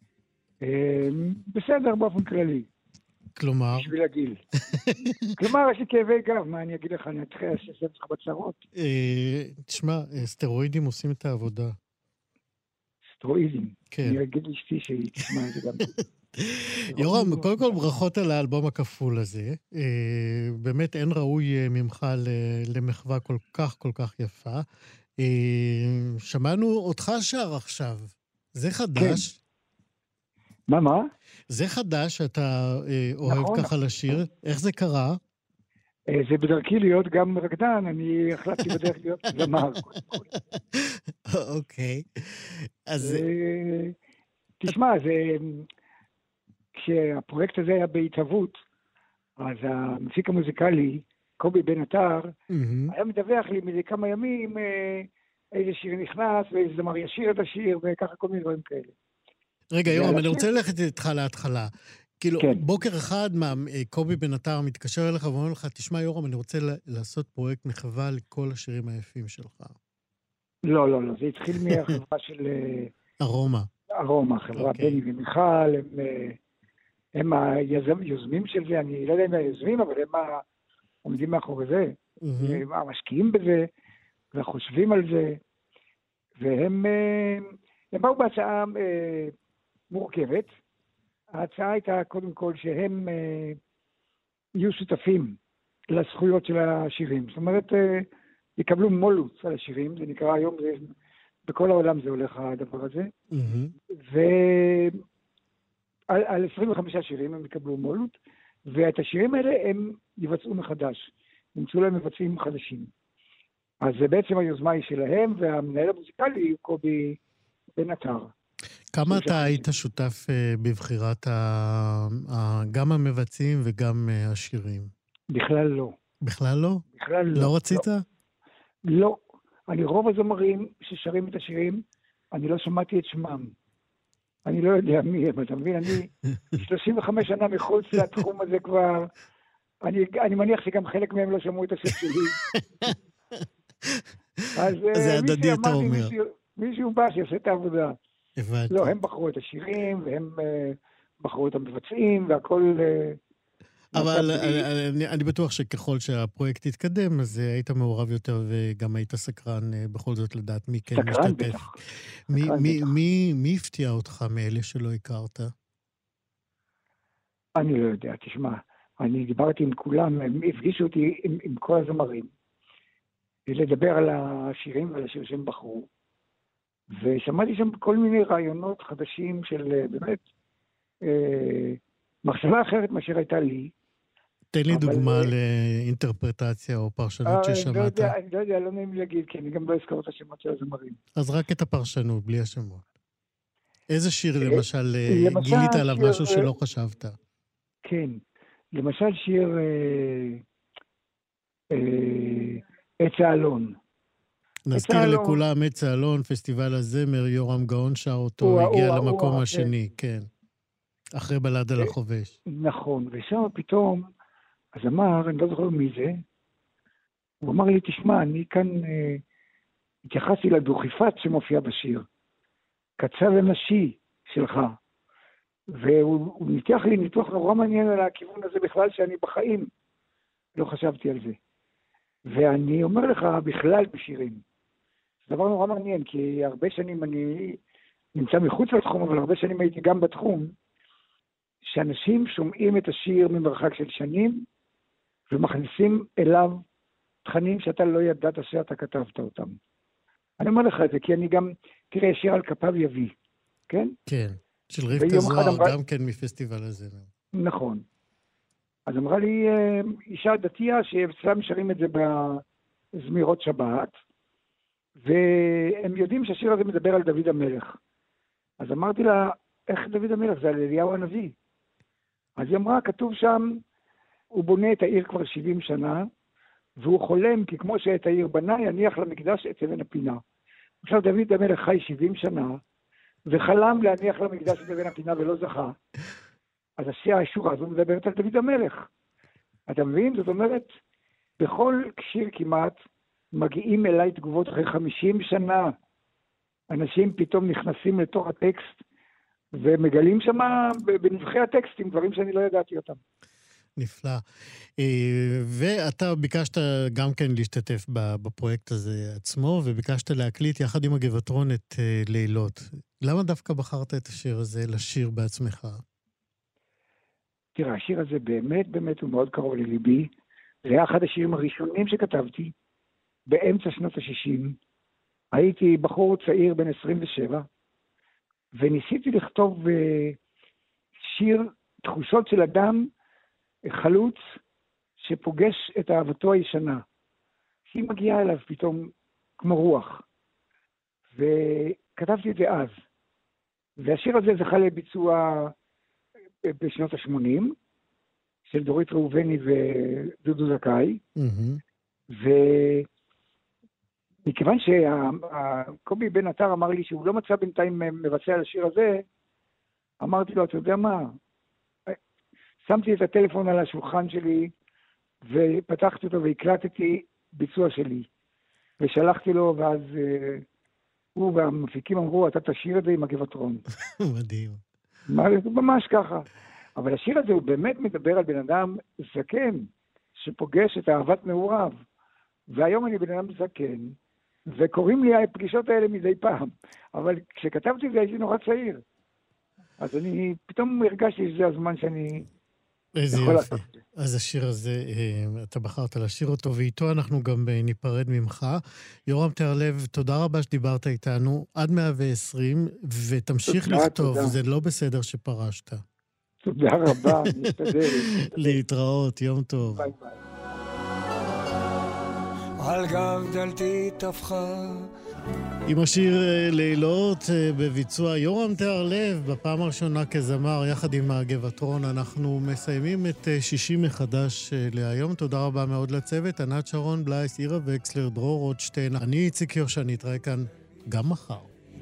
בסדר, באופן כללי. כלומר? בשביל הגיל. כלומר, יש לי כאבי גב, מה אני אגיד לך, אני אתחיל לעשות לך בצרות. תשמע, סטרואידים עושים את העבודה. סטרואידים? כן. אני אגיד לאשתי שהיא תשמע את זה גם. יורם, קודם כל ברכות על האלבום הכפול הזה. באמת אין ראוי ממך למחווה כל כך כל כך יפה. שמענו אותך שר עכשיו. זה חדש. מה, מה? זה חדש שאתה אוהב ככה לשיר. איך זה קרה? זה בדרכי להיות גם רקדן, אני החלטתי בדרך להיות זמר. אוקיי. אז... תשמע, כשהפרויקט הזה היה בהתהוות, אז המפיק המוזיקלי, קובי בן עטר, היה מדווח לי מזה כמה ימים איזה שיר נכנס, ואיזה זמר ישיר את השיר, וככה כל מיני דברים כאלה. רגע, יורם, אני רוצה ללכת איתך להתחלה. כאילו, בוקר אחד, קובי בן עטר מתקשר אליך ואומר לך, תשמע, יורם, אני רוצה לעשות פרויקט מחווה לכל השירים היפים שלך. לא, לא, לא, זה התחיל מהחברה של... ארומה. ארומה, חברה בני ומיכל, הם היוזמים של זה, אני לא יודע אם הם היוזמים, אבל הם עומדים מאחורי זה, הם המשקיעים בזה, וחושבים על זה, והם באו בהצעה מורכבת. ההצעה הייתה קודם כל שהם יהיו שותפים לזכויות של השירים, זאת אומרת, יקבלו מולוץ על השירים, זה נקרא היום, בכל העולם זה הולך הדבר הזה, ועל עשרים וחמישה שירים הם יקבלו מולוץ, ואת השירים האלה הם יבצעו מחדש, ימצאו להם מבצעים חדשים. אז זה בעצם היוזמה היא שלהם, והמנהל המוזיקלי הוא קובי בן עטר. כמה אתה היית שותף בבחירת גם המבצעים וגם השירים? בכלל לא. בכלל לא? בכלל לא. לא רצית? לא. אני רוב הזמרים ששרים את השירים, אני לא שמעתי את שמם. אני לא יודע מי הם, אתה מבין? אני שלושים וחמש שנה מחוץ לתחום הזה כבר, אני, אני מניח שגם חלק מהם לא שמעו את השם שלי. אז זה הדדי, אתה אומר. מישהו, מישהו בא שיעשה את העבודה. הבנתי. לא, הם בחרו את השירים, והם uh, בחרו את המבצעים, והכל... Uh, אבל אני, אני בטוח שככל שהפרויקט יתקדם, אז היית מעורב יותר, וגם היית סקרן uh, בכל זאת לדעת מי כן משתתף. סקרן בטח. מי, סקרן מי, בטח. מי, מי הפתיע אותך מאלה שלא הכרת? אני לא יודע, תשמע, אני דיברתי עם כולם, הם הפגישו אותי עם, עם כל הזמרים, לדבר על השירים ועל השיר שהם בחרו, ושמעתי שם כל מיני רעיונות חדשים של באמת אה, מחשבה אחרת מאשר הייתה לי. תן לי דוגמה לאינטרפרטציה או פרשנות ששמעת. אני לא יודע, לא נעים להגיד, כי אני גם לא אזכור את השמות של הזמרים. אז רק את הפרשנות, בלי השמות. איזה שיר למשל גילית עליו משהו שלא חשבת? כן, למשל שיר עץ האלון. נזכיר לכולם, עץ האלון, פסטיבל הזמר, יורם גאון שר אותו, הגיע למקום השני, כן. אחרי בלד על החובש. נכון, ושם פתאום, אז אמר, אני לא זוכר מי זה, הוא אמר לי, תשמע, אני כאן התייחסתי לדוכיפת שמופיע בשיר, קצב אנשי שלך, והוא ניתח לי ניתוח נורא מעניין על הכיוון הזה בכלל, שאני בחיים לא חשבתי על זה. ואני אומר לך, בכלל בשירים, זה דבר נורא מעניין, כי הרבה שנים אני נמצא מחוץ לתחום, אבל הרבה שנים הייתי גם בתחום, שאנשים שומעים את השיר ממרחק של שנים, ומכניסים אליו תכנים שאתה לא ידעת שאתה כתבת אותם. אני אומר לך את זה, כי אני גם, תראה, שיר על כפיו יביא, כן? כן, של רבקה זוהר, אמרה... גם כן מפסטיבל הזמר. נכון. אז אמרה לי אישה דתייה שאצלם שרים את זה בזמירות שבת, והם יודעים שהשיר הזה מדבר על דוד המלך. אז אמרתי לה, איך דוד המלך? זה על אליהו הנביא. אז היא אמרה, כתוב שם, הוא בונה את העיר כבר שבעים שנה, והוא חולם, כי כמו שאת העיר בנה, יניח למקדש את אבן הפינה. עכשיו דוד המלך חי שבעים שנה, וחלם להניח למקדש את אבן הפינה ולא זכה. אז השורה הזו מדברת על דוד המלך. אתה מבין? זאת אומרת, בכל שיר כמעט, מגיעים אליי תגובות אחרי חמישים שנה. אנשים פתאום נכנסים לתוך הטקסט, ומגלים שם בנבחי הטקסטים דברים שאני לא ידעתי אותם. נפלא. ואתה ביקשת גם כן להשתתף בפרויקט הזה עצמו, וביקשת להקליט יחד עם הגבעתרון את לילות. למה דווקא בחרת את השיר הזה לשיר בעצמך? תראה, השיר הזה באמת באמת הוא מאוד קרוב לליבי. זה היה אחד השירים הראשונים שכתבתי באמצע שנות ה-שישים, הייתי בחור צעיר בן עשרים ושבע, וניסיתי לכתוב שיר תחושות של אדם חלוץ שפוגש את אהבתו הישנה. היא מגיעה אליו פתאום כמו רוח. וכתבתי את זה אז. והשיר הזה זכה לביצוע בשנות ה-שמונים, של דורית ראובני ודודו זכאי. Mm-hmm. ומכיוון שקובי בן עטר אמר לי שהוא לא מצא בינתיים מבצע על השיר הזה, אמרתי לו, אתה יודע מה? שמתי את הטלפון על השולחן שלי, ופתחתי אותו והקלטתי ביצוע שלי. ושלחתי לו, ואז uh, הוא והמפיקים אמרו, אתה תשאיר את זה עם הגבעתרון. מדהים. ממש ככה. אבל השיר הזה הוא באמת מדבר על בן אדם זקן, שפוגש את אהבת נעוריו. והיום אני בן אדם זקן, וקוראים לי הפגישות האלה מדי פעם. אבל כשכתבתי זה הייתי נורא צעיר. אז אני פתאום הרגשתי שזה הזמן שאני... איזה יופי. אז השיר הזה, אתה בחרת לשיר אותו, ואיתו אנחנו גם ניפרד ממך. יורם תיארלב, תודה רבה שדיברת איתנו, עד מאה ועשרים, ותמשיך לכתוב, זה לא בסדר שפרשת. תודה רבה, נשתדל. להתראות, יום טוב. ביי ביי. על גב דלתי תפחה עם השיר לילות בביצוע יורם תיארלב, בפעם הראשונה כזמר, יחד עם הגבעתרון, אנחנו מסיימים את שישי מחדש להיום. תודה רבה מאוד לצוות, ענת שרון, בלייס, עירה וקסלר, דרור רוטשטיין. אני איציק יושע, נתראה כאן גם מחר.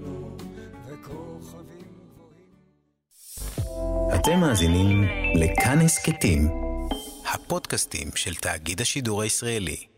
אתם מאזינים לכאן הסכתים, הפודקאסטים של תאגיד השידור הישראלי.